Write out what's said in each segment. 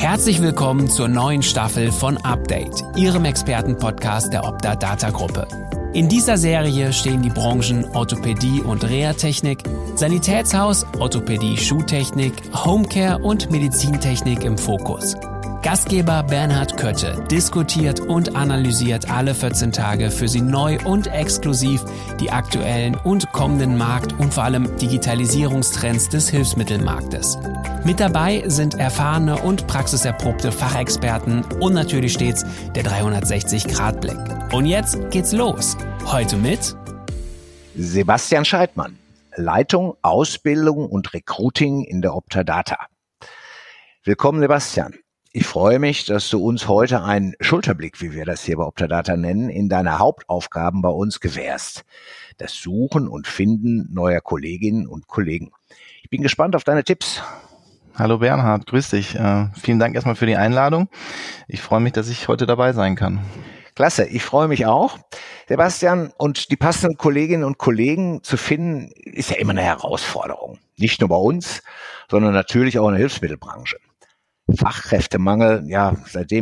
Herzlich willkommen zur neuen Staffel von Update, Ihrem Expertenpodcast der Opta Data Gruppe. In dieser Serie stehen die Branchen Orthopädie und Reha-Technik, Sanitätshaus, Orthopädie, Schuhtechnik, Homecare und Medizintechnik im Fokus. Gastgeber Bernhard Kötte diskutiert und analysiert alle 14 Tage für Sie neu und exklusiv die aktuellen und kommenden Markt- und vor allem Digitalisierungstrends des Hilfsmittelmarktes. Mit dabei sind erfahrene und praxiserprobte Fachexperten und natürlich stets der 360-Grad-Blick. Und jetzt geht's los. Heute mit Sebastian Scheidmann, Leitung, Ausbildung und Recruiting in der Opta Data. Willkommen, Sebastian. Ich freue mich, dass du uns heute einen Schulterblick, wie wir das hier bei Opta Data nennen, in deine Hauptaufgaben bei uns gewährst. Das Suchen und Finden neuer Kolleginnen und Kollegen. Ich bin gespannt auf deine Tipps. Hallo Bernhard, grüß dich. Vielen Dank erstmal für die Einladung. Ich freue mich, dass ich heute dabei sein kann. Klasse, ich freue mich auch. Sebastian, und die passenden Kolleginnen und Kollegen zu finden, ist ja immer eine Herausforderung. Nicht nur bei uns, sondern natürlich auch in der Hilfsmittelbranche. Fachkräftemangel, ja, seit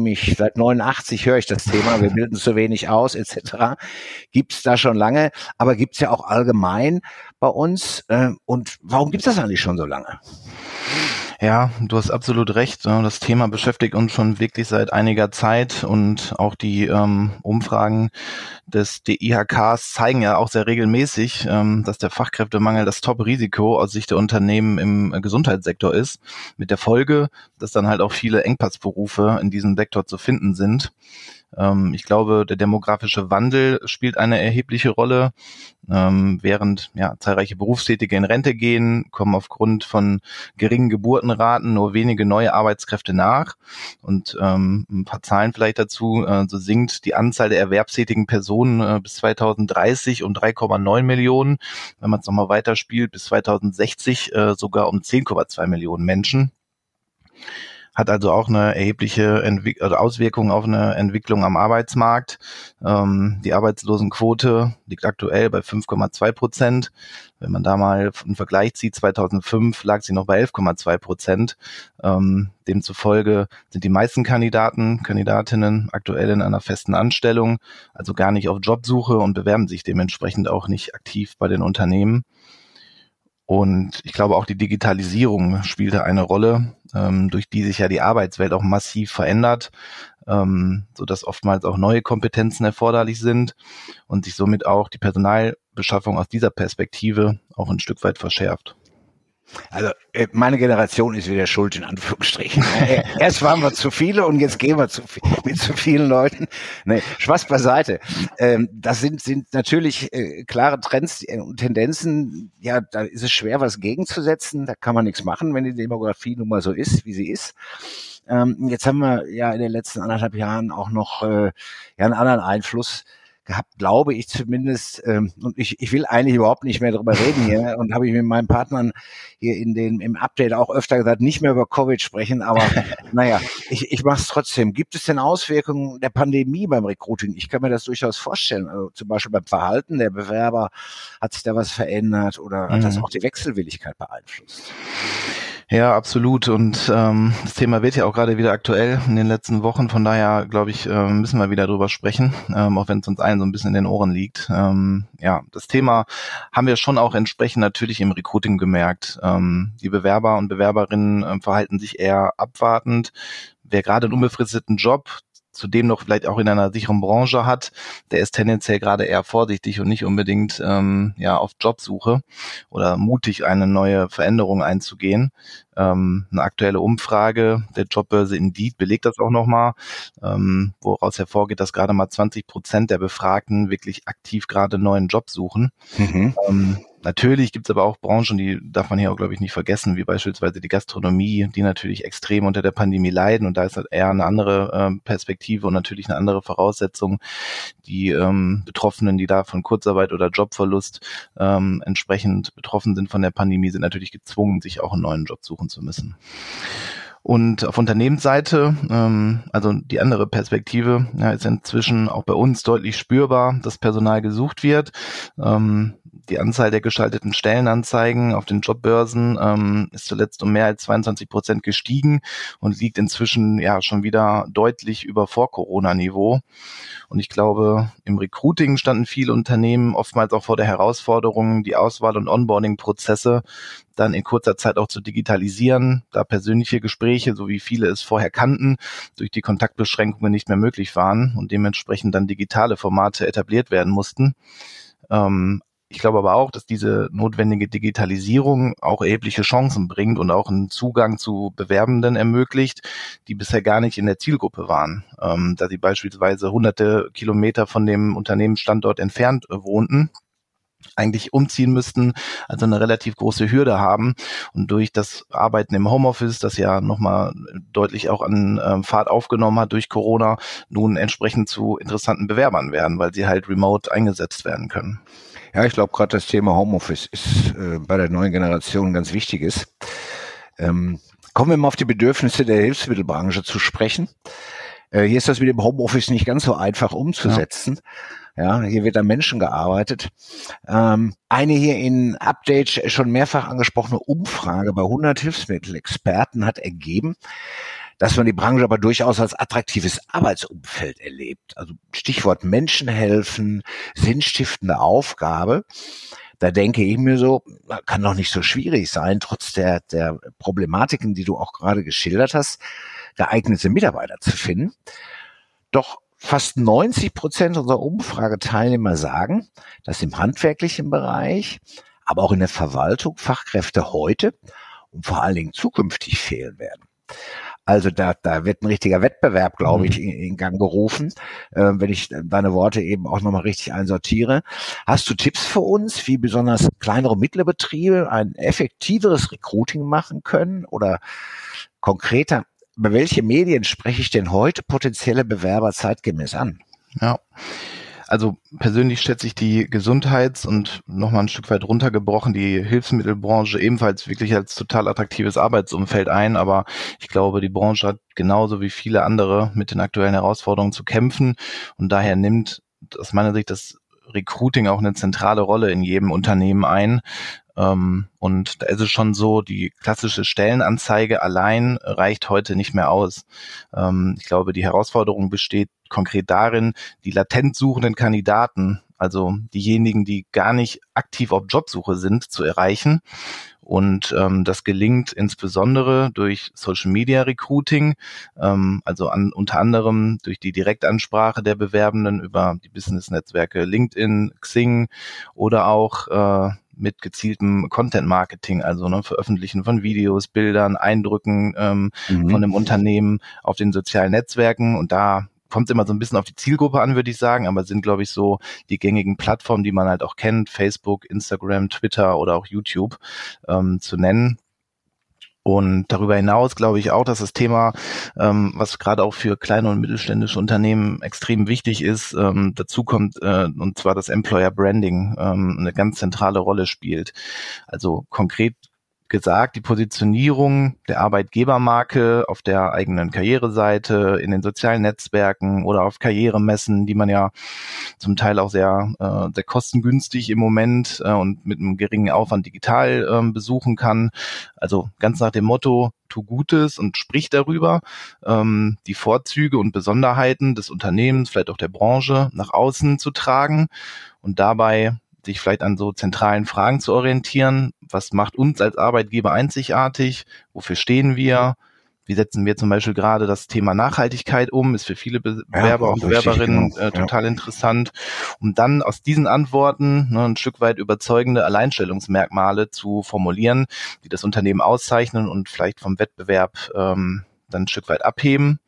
89 höre ich das Thema, wir bilden zu wenig aus, etc. Gibt's da schon lange, aber gibt's ja auch allgemein bei uns. Und warum gibt's das eigentlich schon so lange? Ja, du hast absolut recht. Das Thema beschäftigt uns schon wirklich seit einiger Zeit und auch die Umfragen des DIHKs zeigen ja auch sehr regelmäßig, dass der Fachkräftemangel das Top-Risiko aus Sicht der Unternehmen im Gesundheitssektor ist. Mit der Folge, dass dann halt auch viele Engpassberufe in diesem Sektor zu finden sind. Ich glaube, der demografische Wandel spielt eine erhebliche Rolle. Während zahlreiche Berufstätige in Rente gehen, kommen aufgrund von geringen Geburtenraten nur wenige neue Arbeitskräfte nach. Und ein paar Zahlen vielleicht dazu: So sinkt die Anzahl der erwerbstätigen Personen bis 2030 um 3,9 Millionen. Wenn man es nochmal weiterspielt, bis 2060 sogar um 10,2 Millionen Menschen. Hat also auch eine erhebliche Auswirkung auf eine Entwicklung am Arbeitsmarkt. Die Arbeitslosenquote liegt aktuell bei 5,2%. Wenn man da mal einen Vergleich zieht, 2005 lag sie noch bei 11,2%. Demzufolge sind die meisten Kandidatinnen aktuell in einer festen Anstellung, also gar nicht auf Jobsuche und bewerben sich dementsprechend auch nicht aktiv bei den Unternehmen. Und ich glaube, auch die Digitalisierung spielte eine Rolle, durch die sich ja die Arbeitswelt auch massiv verändert, sodass oftmals auch neue Kompetenzen erforderlich sind und sich somit auch die Personalbeschaffung aus dieser Perspektive auch ein Stück weit verschärft. Also meine Generation ist wieder schuld, in Anführungsstrichen. Erst waren wir zu viele und jetzt gehen wir mit zu vielen Leuten. Nee, Spaß beiseite. Das sind natürlich klare Trends und Tendenzen. Ja, da ist es schwer, was gegenzusetzen. Da kann man nichts machen, wenn die Demografie nun mal so ist, wie sie ist. Jetzt haben wir ja in den letzten 1,5 Jahren auch noch einen anderen Einfluss gehabt, glaube ich zumindest, und ich will eigentlich überhaupt nicht mehr drüber reden hier, und habe ich mit meinen Partnern hier im Update auch öfter gesagt, nicht mehr über Covid sprechen, aber naja, ich mache es trotzdem. Gibt es denn Auswirkungen der Pandemie beim Recruiting? Ich kann mir das durchaus vorstellen, also zum Beispiel beim Verhalten der Bewerber, hat sich da was verändert oder hat das auch die Wechselwilligkeit beeinflusst? Ja, absolut. Und das Thema wird ja auch gerade wieder aktuell in den letzten Wochen. Von daher, glaube ich, müssen wir wieder drüber sprechen, auch wenn es uns allen so ein bisschen in den Ohren liegt. Das Thema haben wir schon auch entsprechend natürlich im Recruiting gemerkt. Die Bewerber und Bewerberinnen verhalten sich eher abwartend. Wer gerade einen unbefristeten Job, zudem noch vielleicht auch in einer sicheren Branche hat, der ist tendenziell gerade eher vorsichtig und nicht unbedingt auf Jobsuche oder mutig, eine neue Veränderung einzugehen. Eine aktuelle Umfrage der Jobbörse Indeed belegt das auch nochmal, woraus hervorgeht, dass gerade mal 20% der Befragten wirklich aktiv gerade einen neuen Job suchen. Natürlich gibt es aber auch Branchen, die darf man hier auch, glaube ich, nicht vergessen, wie beispielsweise die Gastronomie, die natürlich extrem unter der Pandemie leiden, und da ist halt eher eine andere Perspektive und natürlich eine andere Voraussetzung. Die Betroffenen, die da von Kurzarbeit oder Jobverlust entsprechend betroffen sind von der Pandemie, sind natürlich gezwungen, sich auch einen neuen Job suchen zu müssen. Und auf Unternehmensseite, also die andere Perspektive, ist inzwischen auch bei uns deutlich spürbar, dass Personal gesucht wird. Die Anzahl der geschalteten Stellenanzeigen auf den Jobbörsen ist zuletzt um mehr als 22% gestiegen und liegt inzwischen schon wieder deutlich über Vor-Corona-Niveau. Und ich glaube, im Recruiting standen viele Unternehmen oftmals auch vor der Herausforderung, die Auswahl- und Onboarding-Prozesse dann in kurzer Zeit auch zu digitalisieren, da persönliche Gespräche, so wie viele es vorher kannten, durch die Kontaktbeschränkungen nicht mehr möglich waren und dementsprechend dann digitale Formate etabliert werden mussten. Ich glaube aber auch, dass diese notwendige Digitalisierung auch erhebliche Chancen bringt und auch einen Zugang zu Bewerbenden ermöglicht, die bisher gar nicht in der Zielgruppe waren, da sie beispielsweise hunderte Kilometer von dem Unternehmensstandort entfernt wohnten, eigentlich umziehen müssten, also eine relativ große Hürde haben und durch das Arbeiten im Homeoffice, das ja nochmal deutlich auch an Fahrt aufgenommen hat durch Corona, nun entsprechend zu interessanten Bewerbern werden, weil sie halt remote eingesetzt werden können. Ja, ich glaube gerade das Thema Homeoffice ist bei der neuen Generation ganz wichtiges. Kommen wir mal auf die Bedürfnisse der Hilfsmittelbranche zu sprechen. Hier ist das mit dem Homeoffice nicht ganz so einfach umzusetzen. Ja, hier wird an Menschen gearbeitet. Eine hier in Update schon mehrfach angesprochene Umfrage bei 100 Hilfsmittelexperten hat ergeben, dass man die Branche aber durchaus als attraktives Arbeitsumfeld erlebt. Also Stichwort Menschen helfen, sinnstiftende Aufgabe. Da denke ich mir so, kann doch nicht so schwierig sein, trotz der Problematiken, die du auch gerade geschildert hast, geeignete Mitarbeiter zu finden. Doch fast 90% unserer Umfrageteilnehmer sagen, dass im handwerklichen Bereich, aber auch in der Verwaltung Fachkräfte heute und vor allen Dingen zukünftig fehlen werden. Also da wird ein richtiger Wettbewerb, glaube ich, in Gang gerufen, wenn ich deine Worte eben auch nochmal richtig einsortiere. Hast du Tipps für uns, wie besonders kleinere und mittlere Betriebe ein effektiveres Recruiting machen können? Oder konkreter, über welche Medien spreche ich denn heute potenzielle Bewerber zeitgemäß an? Ja, also persönlich schätze ich die Gesundheits- und nochmal ein Stück weit runtergebrochen die Hilfsmittelbranche ebenfalls wirklich als total attraktives Arbeitsumfeld ein. Aber ich glaube, die Branche hat genauso wie viele andere mit den aktuellen Herausforderungen zu kämpfen. Und daher nimmt aus meiner Sicht das Recruiting auch eine zentrale Rolle in jedem Unternehmen ein. Und da ist es schon so, die klassische Stellenanzeige allein reicht heute nicht mehr aus. Ich glaube, die Herausforderung besteht konkret darin, die latent suchenden Kandidaten, also diejenigen, die gar nicht aktiv auf Jobsuche sind, zu erreichen. Und das gelingt insbesondere durch Social Media Recruiting, also unter anderem durch die Direktansprache der Bewerbenden über die Business-Netzwerke LinkedIn, Xing oder auch mit gezieltem Content-Marketing, also Veröffentlichen von Videos, Bildern, Eindrücken von dem Unternehmen auf den sozialen Netzwerken. Und da kommt immer so ein bisschen auf die Zielgruppe an, würde ich sagen, aber sind, glaube ich, so die gängigen Plattformen, die man halt auch kennt, Facebook, Instagram, Twitter oder auch YouTube zu nennen. Und darüber hinaus glaube ich auch, dass das Thema, was gerade auch für kleine und mittelständische Unternehmen extrem wichtig ist, dazu kommt, und zwar das Employer Branding eine ganz zentrale Rolle spielt. Also konkret gesagt, die Positionierung der Arbeitgebermarke auf der eigenen Karriereseite, in den sozialen Netzwerken oder auf Karrieremessen, die man ja zum Teil auch sehr kostengünstig im Moment und mit einem geringen Aufwand digital besuchen kann. Also ganz nach dem Motto, tu Gutes und sprich darüber, die Vorzüge und Besonderheiten des Unternehmens, vielleicht auch der Branche nach außen zu tragen und dabei sich vielleicht an so zentralen Fragen zu orientieren. Was macht uns als Arbeitgeber einzigartig? Wofür stehen wir? Wie setzen wir zum Beispiel gerade das Thema Nachhaltigkeit um? Ist für viele Bewerber und Bewerberinnen total interessant. Um dann aus diesen Antworten ein Stück weit überzeugende Alleinstellungsmerkmale zu formulieren, die das Unternehmen auszeichnen und vielleicht vom Wettbewerb dann ein Stück weit abheben.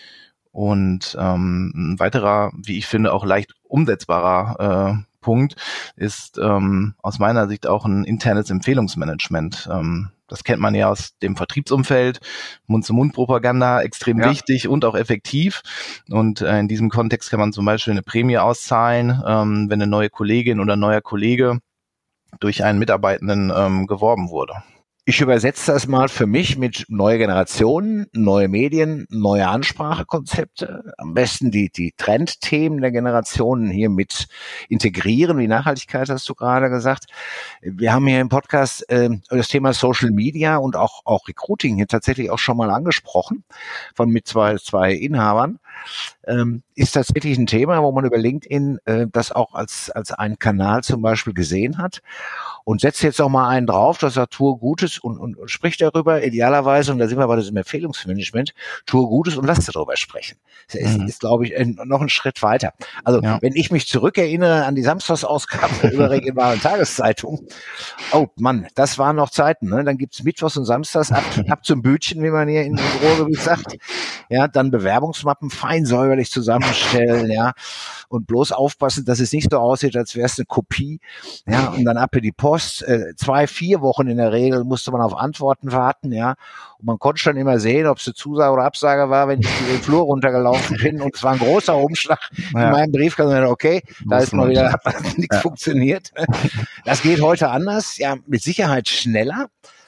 Und ein weiterer, wie ich finde, auch leicht umsetzbarer Punkt ist aus meiner Sicht auch ein internes Empfehlungsmanagement. Das kennt man ja aus dem Vertriebsumfeld, Mund-zu-Mund-Propaganda, extrem wichtig und auch effektiv. Und in diesem Kontext kann man zum Beispiel eine Prämie auszahlen, wenn eine neue Kollegin oder ein neuer Kollege durch einen Mitarbeitenden geworben wurde. Ich übersetze das mal für mich mit neue Generationen, neue Medien, neue Ansprachekonzepte. Am besten die Trendthemen der Generationen hier mit integrieren, wie Nachhaltigkeit hast du gerade gesagt. Wir haben hier im Podcast das Thema Social Media und auch Recruiting hier tatsächlich auch schon mal angesprochen mit zwei Inhabern. Ist tatsächlich ein Thema, wo man über LinkedIn das auch als einen Kanal zum Beispiel gesehen hat und setzt jetzt auch mal einen drauf, dass er tue Gutes und spricht darüber, idealerweise, und da sind wir bei diesem Empfehlungsmanagement, tue Gutes und lass darüber sprechen. Das ist, glaube ich, noch ein Schritt weiter. Also, wenn ich mich zurückerinnere an die Samstagsausgabe über regionale Tageszeitung, oh Mann, das waren noch Zeiten, ne? Dann gibt's Mittwochs und Samstags ab zum Bütchen, wie man hier in Ruhrgebiet sagt. Ja, dann Bewerbungsmappen fein säuberlich zusammenstellen, ja, und bloß aufpassen, dass es nicht so aussieht, als wäre es eine Kopie, ja, und dann ab in die Post, 2-4 Wochen in der Regel musste man auf Antworten warten, ja, und man konnte schon immer sehen, ob es eine Zusage oder Absage war, wenn ich den Flur runtergelaufen bin, und es war ein großer Umschlag in meinem Briefkasten, okay, da ist mal wieder nichts funktioniert. Das geht heute anders, ja, mit Sicherheit schneller.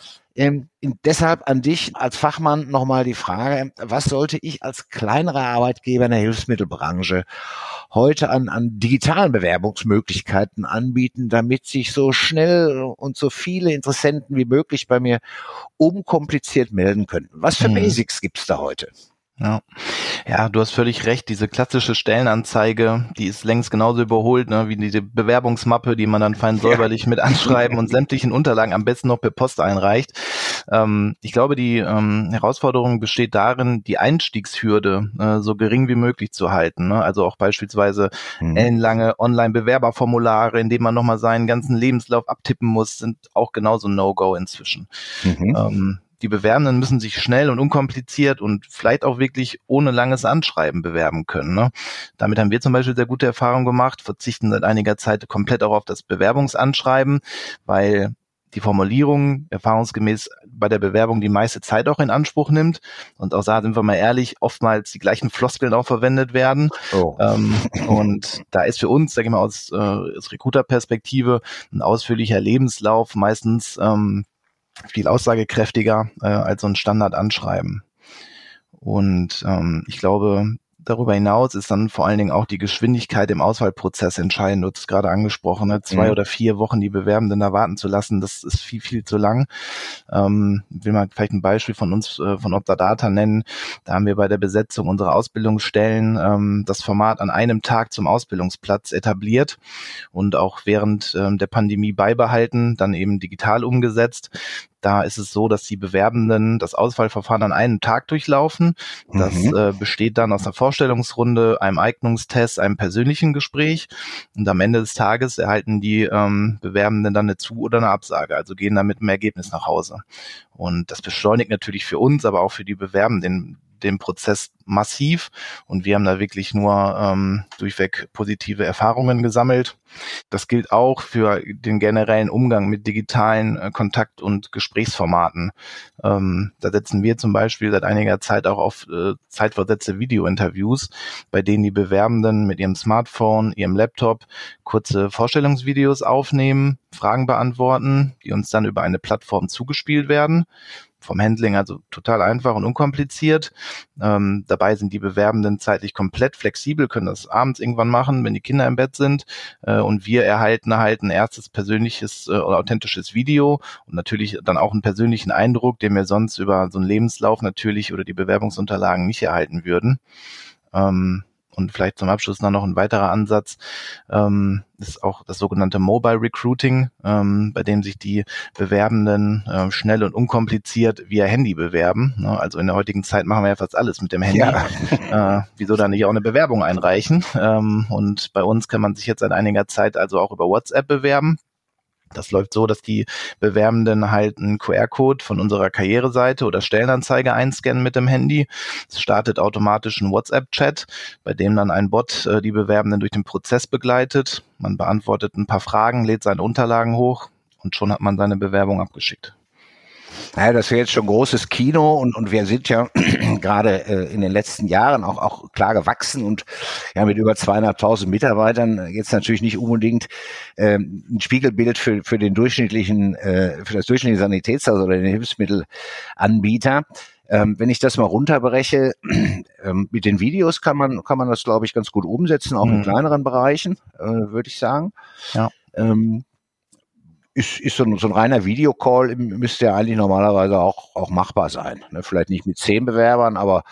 Deshalb an dich als Fachmann nochmal die Frage, was sollte ich als kleinerer Arbeitgeber in der Hilfsmittelbranche heute an digitalen Bewerbungsmöglichkeiten anbieten, damit sich so schnell und so viele Interessenten wie möglich bei mir unkompliziert melden können? Was für Basics gibt's da heute? Ja, du hast völlig recht. Diese klassische Stellenanzeige, die ist längst genauso überholt, ne, wie diese Bewerbungsmappe, die man dann fein säuberlich mit Anschreiben und sämtlichen Unterlagen am besten noch per Post einreicht. Ich glaube, die Herausforderung besteht darin, die Einstiegshürde so gering wie möglich zu halten. Ne? Also auch beispielsweise ellenlange Online-Bewerberformulare, in denen man nochmal seinen ganzen Lebenslauf abtippen muss, sind auch genauso No-Go inzwischen. Die Bewerbenden müssen sich schnell und unkompliziert und vielleicht auch wirklich ohne langes Anschreiben bewerben können. Ne? Damit haben wir zum Beispiel sehr gute Erfahrungen gemacht, verzichten seit einiger Zeit komplett auch auf das Bewerbungsanschreiben, weil die Formulierung erfahrungsgemäß bei der Bewerbung die meiste Zeit auch in Anspruch nimmt. Und auch da sind wir mal ehrlich, oftmals die gleichen Floskeln auch verwendet werden. Und da ist für uns, sage ich mal, aus Recruiter-Perspektive ein ausführlicher Lebenslauf meistens viel aussagekräftiger als so ein Standardanschreiben. Und ich glaube, darüber hinaus ist dann vor allen Dingen auch die Geschwindigkeit im Auswahlprozess entscheidend. Du hast es gerade angesprochen, ne? 2 oder 4 Wochen die Bewerbenden da warten zu lassen, das ist viel, viel zu lang. Will mal vielleicht ein Beispiel von uns, von Optadata nennen. Da haben wir bei der Besetzung unserer Ausbildungsstellen das Format an einem Tag zum Ausbildungsplatz etabliert und auch während der Pandemie beibehalten, dann eben digital umgesetzt. Da ist es so, dass die Bewerbenden das Auswahlverfahren an einem Tag durchlaufen. Das besteht dann aus einer Vorstellungsrunde, einem Eignungstest, einem persönlichen Gespräch. Und am Ende des Tages erhalten die Bewerbenden dann eine Zu- oder eine Absage, also gehen dann mit einem Ergebnis nach Hause. Und das beschleunigt natürlich für uns, aber auch für die Bewerbenden den Prozess massiv, und wir haben da wirklich nur durchweg positive Erfahrungen gesammelt. Das gilt auch für den generellen Umgang mit digitalen Kontakt- und Gesprächsformaten. Da setzen wir zum Beispiel seit einiger Zeit auch auf zeitversetzte Videointerviews, bei denen die Bewerbenden mit ihrem Smartphone, ihrem Laptop kurze Vorstellungsvideos aufnehmen, Fragen beantworten, die uns dann über eine Plattform zugespielt werden. Vom Handling also total einfach und unkompliziert. Dabei sind die Bewerbenden zeitlich komplett flexibel, können das abends irgendwann machen, wenn die Kinder im Bett sind. Und wir erhalten halt ein erstes persönliches oder authentisches Video und natürlich dann auch einen persönlichen Eindruck, den wir sonst über so einen Lebenslauf natürlich oder die Bewerbungsunterlagen nicht erhalten würden. Und vielleicht zum Abschluss noch ein weiterer Ansatz, ist auch das sogenannte Mobile Recruiting, bei dem sich die Bewerbenden schnell und unkompliziert via Handy bewerben. Ne? Also in der heutigen Zeit machen wir ja fast alles mit dem Handy. Ja. Wieso dann nicht auch eine Bewerbung einreichen? Und bei uns kann man sich jetzt seit einiger Zeit also auch über WhatsApp bewerben. Das läuft so, dass die Bewerbenden halt einen QR-Code von unserer Karriereseite oder Stellenanzeige einscannen mit dem Handy. Es startet automatisch ein WhatsApp-Chat, bei dem dann ein Bot die Bewerbenden durch den Prozess begleitet. Man beantwortet ein paar Fragen, lädt seine Unterlagen hoch und schon hat man seine Bewerbung abgeschickt. Ja, das wäre jetzt schon großes Kino und wir sind ja gerade in den letzten Jahren auch klar gewachsen und ja, mit über 2.500 Mitarbeitern jetzt natürlich nicht unbedingt ein Spiegelbild für den durchschnittlichen, für das durchschnittliche Sanitätshaus oder den Hilfsmittelanbieter. Wenn ich das mal runterbreche, mit den Videos kann man das, glaube ich, ganz gut umsetzen, auch in kleineren Bereichen, würde ich sagen. Ja. Ist so ein reiner Videocall, müsste ja eigentlich normalerweise auch machbar sein. Ne? Vielleicht nicht mit 10 Bewerbern, aber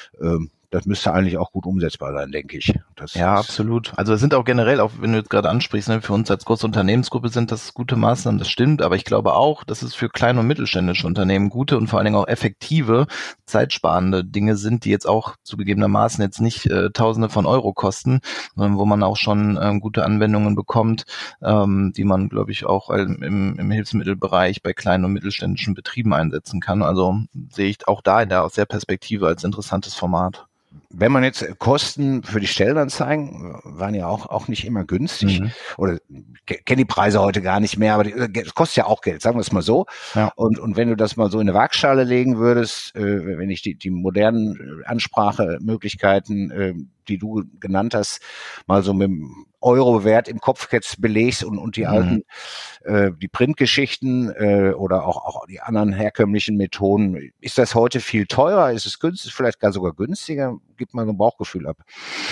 das müsste eigentlich auch gut umsetzbar sein, denke ich. Ja, absolut. Also es sind auch generell, auch wenn du jetzt gerade ansprichst, ne, für uns als große Unternehmensgruppe sind das gute Maßnahmen, das stimmt, aber ich glaube auch, dass es für kleine und mittelständische Unternehmen gute und vor allen Dingen auch effektive, zeitsparende Dinge sind, die jetzt auch zugegebenermaßen jetzt nicht Tausende von Euro kosten, sondern wo man auch schon gute Anwendungen bekommt, die man, glaube ich, auch im Hilfsmittelbereich bei kleinen und mittelständischen Betrieben einsetzen kann. Also sehe ich auch da aus der Perspektive als interessantes Format. Wenn man jetzt Kosten für die Stellenanzeigen waren ja auch nicht immer günstig oder kenne die Preise heute gar nicht mehr, aber es kostet ja auch Geld, sagen wir es mal so. Ja. Und wenn du das mal so in eine Waagschale legen würdest, wenn ich die modernen Ansprachemöglichkeiten, die du genannt hast, mal so mit dem Euro-Wert im Kopf jetzt belegst und die alten, die Printgeschichten oder auch die anderen herkömmlichen Methoden, ist das heute viel teurer? Ist es günstig, vielleicht gar sogar günstiger? Gibt man so ein Bauchgefühl ab?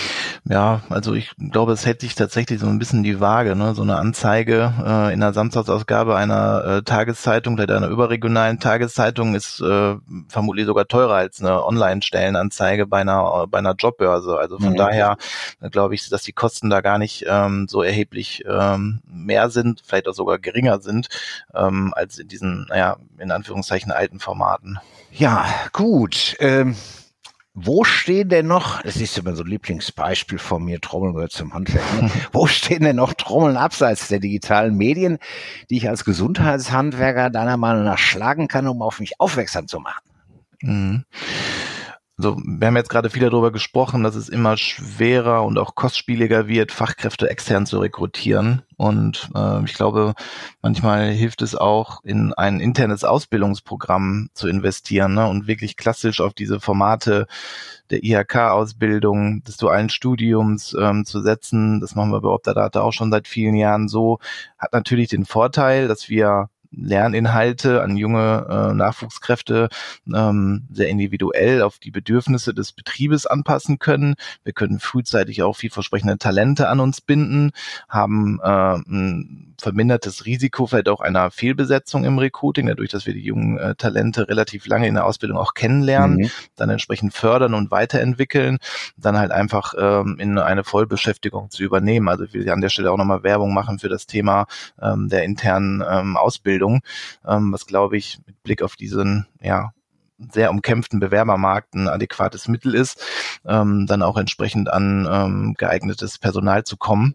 Ja, also ich glaube, es hält sich tatsächlich so ein bisschen die Waage, ne? So eine Anzeige in einer Samstagsausgabe einer Tageszeitung, vielleicht einer überregionalen Tageszeitung ist vermutlich sogar teurer als eine Online-Stellenanzeige bei einer Jobbörse. Also von daher glaube ich, dass die Kosten da gar nicht so erheblich mehr sind, vielleicht auch sogar geringer sind als in diesen, in Anführungszeichen alten Formaten. Ja, gut. Wo stehen denn noch, das ist immer so ein Lieblingsbeispiel von mir, Trommeln gehört zum Handwerk, ne? Wo stehen denn noch Trommeln abseits der digitalen Medien, die ich als Gesundheitshandwerker deiner Meinung nach schlagen kann, um auf mich aufmerksam zu machen? Also wir haben jetzt gerade viel darüber gesprochen, dass es immer schwerer und auch kostspieliger wird, Fachkräfte extern zu rekrutieren. Und ich glaube, manchmal hilft es auch, in ein internes Ausbildungsprogramm zu investieren, ne, und wirklich klassisch auf diese Formate der IHK-Ausbildung, des dualen Studiums zu setzen. Das machen wir bei Optadata auch schon seit vielen Jahren so. Hat natürlich den Vorteil, dass wir Lerninhalte an junge Nachwuchskräfte sehr individuell auf die Bedürfnisse des Betriebes anpassen können. Wir können frühzeitig auch vielversprechende Talente an uns binden, haben ein vermindertes Risiko vielleicht auch einer Fehlbesetzung im Recruiting, dadurch, dass wir die jungen Talente relativ lange in der Ausbildung auch kennenlernen, dann entsprechend fördern und weiterentwickeln, dann halt einfach in eine Vollbeschäftigung zu übernehmen. Also ich will an der Stelle auch nochmal Werbung machen für das Thema der internen Ausbildung, was, glaube ich, mit Blick auf diesen, sehr umkämpften Bewerbermarkt ein adäquates Mittel ist, dann auch entsprechend an geeignetes Personal zu kommen.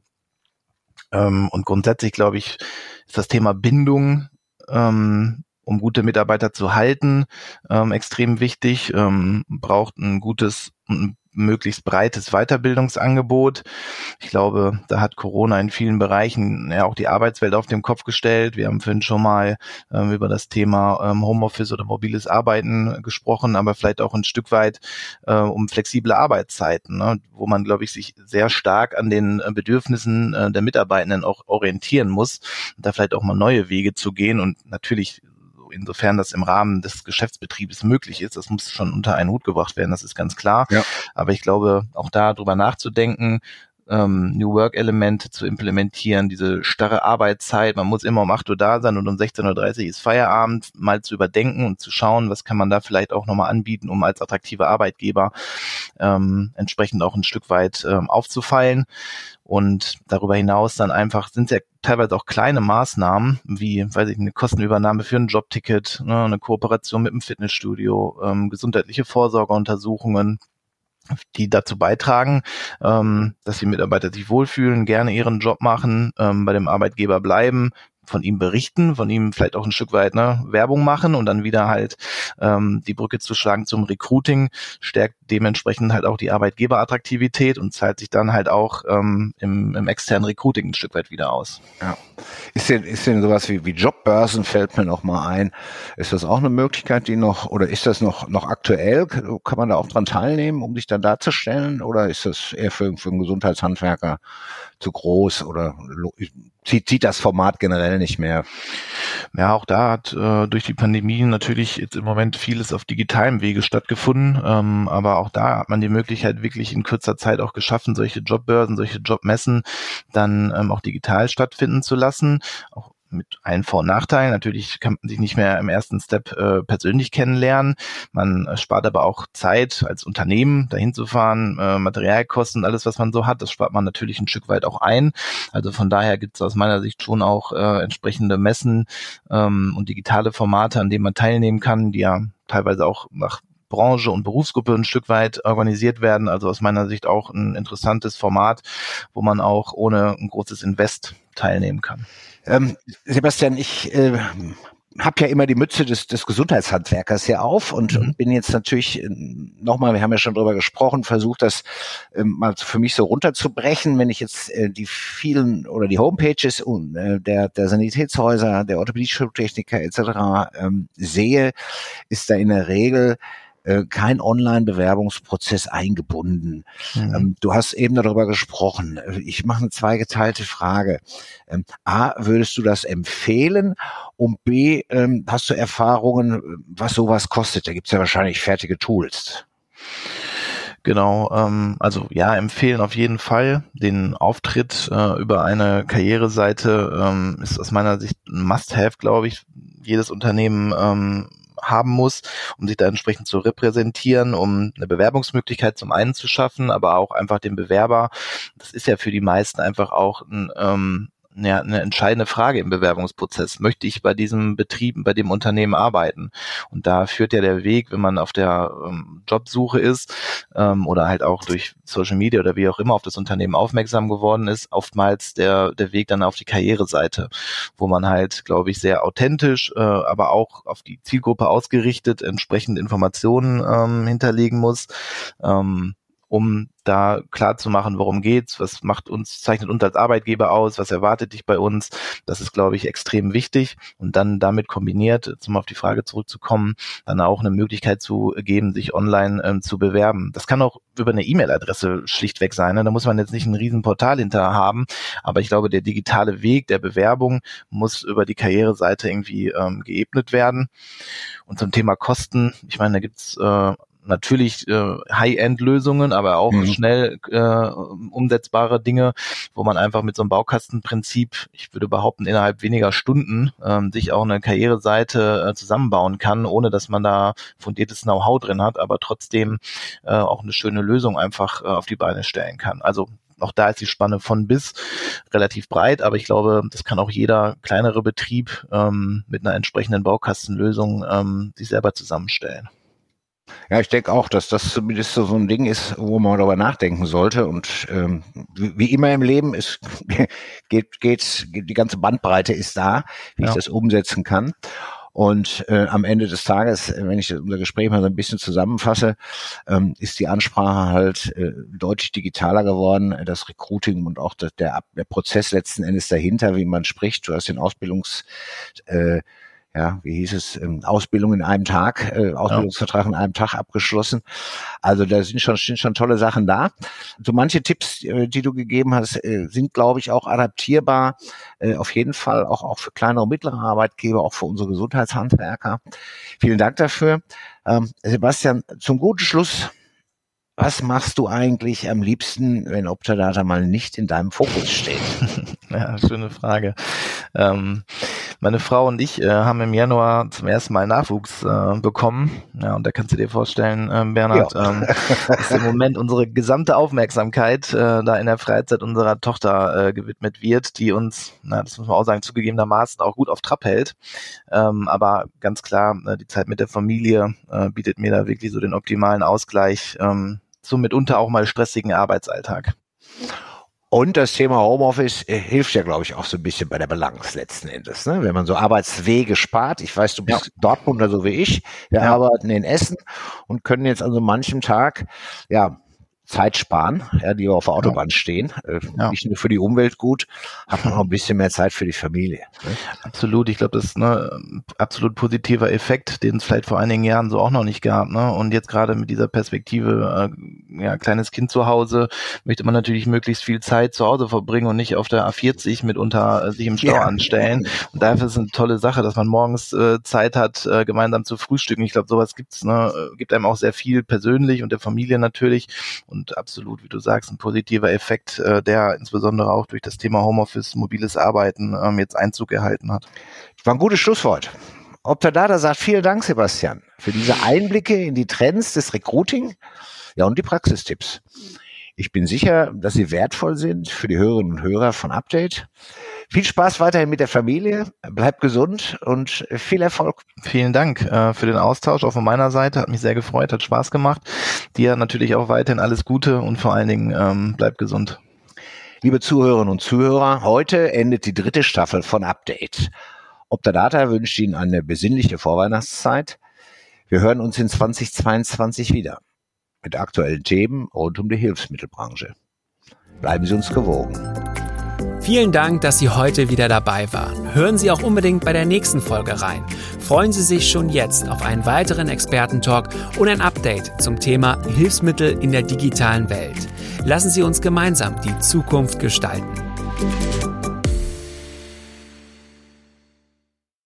Und grundsätzlich, glaube ich, ist das Thema Bindung, um gute Mitarbeiter zu halten, extrem wichtig, braucht ein gutes und möglichst breites Weiterbildungsangebot. Ich glaube, da hat Corona in vielen Bereichen auch die Arbeitswelt auf den Kopf gestellt. Wir haben vorhin schon mal über das Thema Homeoffice oder mobiles Arbeiten gesprochen, aber vielleicht auch ein Stück weit um flexible Arbeitszeiten, ne, wo man, glaube ich, sich sehr stark an den Bedürfnissen der Mitarbeitenden auch orientieren muss, da vielleicht auch mal neue Wege zu gehen und natürlich insofern das im Rahmen des Geschäftsbetriebes möglich ist. Das muss schon unter einen Hut gebracht werden, das ist ganz klar. Ja. Aber ich glaube, auch da drüber nachzudenken, New Work-Elemente zu implementieren, diese starre Arbeitszeit, man muss immer um 8 Uhr da sein und um 16.30 Uhr ist Feierabend, mal zu überdenken und zu schauen, was kann man da vielleicht auch nochmal anbieten, um als attraktiver Arbeitgeber entsprechend auch ein Stück weit aufzufallen. Und darüber hinaus dann einfach sind es ja teilweise auch kleine Maßnahmen, wie, eine Kostenübernahme für ein Jobticket, ne, eine Kooperation mit dem Fitnessstudio, gesundheitliche Vorsorgeuntersuchungen, die dazu beitragen, dass die Mitarbeiter sich wohlfühlen, gerne ihren Job machen, bei dem Arbeitgeber bleiben, von ihm berichten, von ihm vielleicht auch ein Stück weit Werbung machen und dann wieder halt die Brücke zu schlagen zum Recruiting, stärkt dementsprechend halt auch die Arbeitgeberattraktivität und zahlt sich dann halt auch im externen Recruiting ein Stück weit wieder aus. Ja. Ist denn sowas wie Jobbörsen, fällt mir noch mal ein, ist das auch eine Möglichkeit, oder ist das noch aktuell? Kann man da auch dran teilnehmen, um sich dann darzustellen, oder ist das eher für einen Gesundheitshandwerker zu groß, oder zieht das Format generell nicht mehr? Ja, auch da hat durch die Pandemie natürlich jetzt im Moment vieles auf digitalem Wege stattgefunden, aber auch da hat man die Möglichkeit wirklich in kurzer Zeit auch geschaffen, solche Jobbörsen, solche Jobmessen dann auch digital stattfinden zu lassen, auch mit allen Vor- und Nachteilen. Natürlich kann man sich nicht mehr im ersten Step persönlich kennenlernen. Man spart aber auch Zeit als Unternehmen, dahin zu fahren, Materialkosten, alles, was man so hat, das spart man natürlich ein Stück weit auch ein. Also von daher gibt es aus meiner Sicht schon auch entsprechende Messen und digitale Formate, an denen man teilnehmen kann, die ja teilweise auch nach Branche und Berufsgruppe ein Stück weit organisiert werden. Also aus meiner Sicht auch ein interessantes Format, wo man auch ohne ein großes Invest teilnehmen kann. Sebastian, ich habe ja immer die Mütze des Gesundheitshandwerkers hier auf und bin jetzt natürlich nochmal, wir haben ja schon drüber gesprochen, versucht das mal für mich so runterzubrechen. Wenn ich jetzt die vielen oder die Homepages der Sanitätshäuser, der Orthopädie-Schultechniker etc. Sehe, ist da in der Regel kein Online-Bewerbungsprozess eingebunden. Du hast eben darüber gesprochen. Ich mache eine zweigeteilte Frage. A, würdest du das empfehlen? Und B, hast du Erfahrungen, was sowas kostet? Da gibt's ja wahrscheinlich fertige Tools. Genau, also ja, empfehlen auf jeden Fall. Den Auftritt über eine Karriereseite ist aus meiner Sicht ein Must-have, glaube ich. Jedes Unternehmen haben muss, um sich da entsprechend zu repräsentieren, um eine Bewerbungsmöglichkeit zum einen zu schaffen, aber auch einfach den Bewerber. Das ist ja für die meisten einfach auch eine entscheidende Frage im Bewerbungsprozess. Möchte ich bei diesem Betrieb, bei dem Unternehmen arbeiten? Und da führt ja der Weg, wenn man auf der Jobsuche ist oder halt auch durch Social Media oder wie auch immer auf das Unternehmen aufmerksam geworden ist, oftmals der Weg dann auf die Karriereseite, wo man halt, glaube ich, sehr authentisch, aber auch auf die Zielgruppe ausgerichtet entsprechend Informationen hinterlegen muss, um da klar zu machen, worum geht's, zeichnet uns als Arbeitgeber aus, was erwartet dich bei uns. Das ist, glaube ich, extrem wichtig. Und dann damit kombiniert, um auf die Frage zurückzukommen, dann auch eine Möglichkeit zu geben, sich online zu bewerben. Das kann auch über eine E-Mail-Adresse schlichtweg sein. Ne? Da muss man jetzt nicht ein Riesenportal hinter haben. Aber ich glaube, der digitale Weg der Bewerbung muss über die Karriereseite irgendwie geebnet werden. Und zum Thema Kosten, ich meine, da gibt's natürlich High-End-Lösungen, aber auch schnell umsetzbare Dinge, wo man einfach mit so einem Baukastenprinzip, ich würde behaupten, innerhalb weniger Stunden sich auch eine Karriereseite zusammenbauen kann, ohne dass man da fundiertes Know-how drin hat, aber trotzdem auch eine schöne Lösung einfach auf die Beine stellen kann. Also auch da ist die Spanne von bis relativ breit, aber ich glaube, das kann auch jeder kleinere Betrieb mit einer entsprechenden Baukastenlösung sich selber zusammenstellen. Ja, ich denke auch, dass das zumindest so ein Ding ist, wo man darüber nachdenken sollte. Und wie immer im Leben geht die ganze Bandbreite ist da, wie ich das umsetzen kann. Und am Ende des Tages, wenn ich unser Gespräch mal so ein bisschen zusammenfasse, ist die Ansprache halt deutlich digitaler geworden, das Recruiting und auch der Prozess letzten Endes dahinter, wie man spricht. Du hast den Ausbildung in einem Tag, Ausbildungsvertrag in einem Tag abgeschlossen. Also da sind schon tolle Sachen da. So manche Tipps, die du gegeben hast, sind, glaube ich, auch adaptierbar. Auf jeden Fall auch für kleinere und mittlere Arbeitgeber, auch für unsere Gesundheitshandwerker. Vielen Dank dafür. Sebastian, zum guten Schluss, was machst du eigentlich am liebsten, wenn Optadata mal nicht in deinem Fokus steht? Ja, schöne Frage. Meine Frau und ich haben im Januar zum ersten Mal Nachwuchs bekommen. Ja, und da kannst du dir vorstellen, Bernhard, dass im Moment unsere gesamte Aufmerksamkeit da in der Freizeit unserer Tochter gewidmet wird, die uns, das muss man auch sagen, zugegebenermaßen auch gut auf Trab hält. Aber ganz klar, die Zeit mit der Familie bietet mir da wirklich so den optimalen Ausgleich zum mitunter auch mal stressigen Arbeitsalltag. Und das Thema Homeoffice hilft ja, glaube ich, auch so ein bisschen bei der Balance letzten Endes. Ne? Wenn man so Arbeitswege spart. Ich weiß, du bist Dortmunder so wie ich. Wir arbeiten in Essen und können jetzt an so manchem Tag, Zeit sparen, die auf der Autobahn stehen. Nicht nur für die Umwelt gut, hat man auch ein bisschen mehr Zeit für die Familie. Ne? Absolut, ich glaube, das ist ein absolut positiver Effekt, den es vielleicht vor einigen Jahren so auch noch nicht gab. Ne? Und jetzt gerade mit dieser Perspektive, kleines Kind zu Hause, möchte man natürlich möglichst viel Zeit zu Hause verbringen und nicht auf der A40 mitunter sich im Stau anstellen. Und dafür ist es eine tolle Sache, dass man morgens Zeit hat, gemeinsam zu frühstücken. Ich glaube, sowas gibt einem auch sehr viel persönlich und der Familie natürlich. Und absolut, wie du sagst, ein positiver Effekt, der insbesondere auch durch das Thema Homeoffice, mobiles Arbeiten jetzt Einzug erhalten hat. War ein gutes Schlusswort. Optadata sagt vielen Dank, Sebastian, für diese Einblicke in die Trends des Recruiting, und die Praxistipps. Ich bin sicher, dass sie wertvoll sind für die Hörerinnen und Hörer von Update. Viel Spaß weiterhin mit der Familie, bleibt gesund und viel Erfolg. Vielen Dank für den Austausch, auch von meiner Seite, hat mich sehr gefreut, hat Spaß gemacht. Dir natürlich auch weiterhin alles Gute und vor allen Dingen bleibt gesund. Liebe Zuhörerinnen und Zuhörer, heute endet die 3. Staffel von Update. Optadata wünscht Ihnen eine besinnliche Vorweihnachtszeit. Wir hören uns in 2022 wieder mit aktuellen Themen rund um die Hilfsmittelbranche. Bleiben Sie uns gewogen. Vielen Dank, dass Sie heute wieder dabei waren. Hören Sie auch unbedingt bei der nächsten Folge rein. Freuen Sie sich schon jetzt auf einen weiteren Expertentalk und ein Update zum Thema Hilfsmittel in der digitalen Welt. Lassen Sie uns gemeinsam die Zukunft gestalten.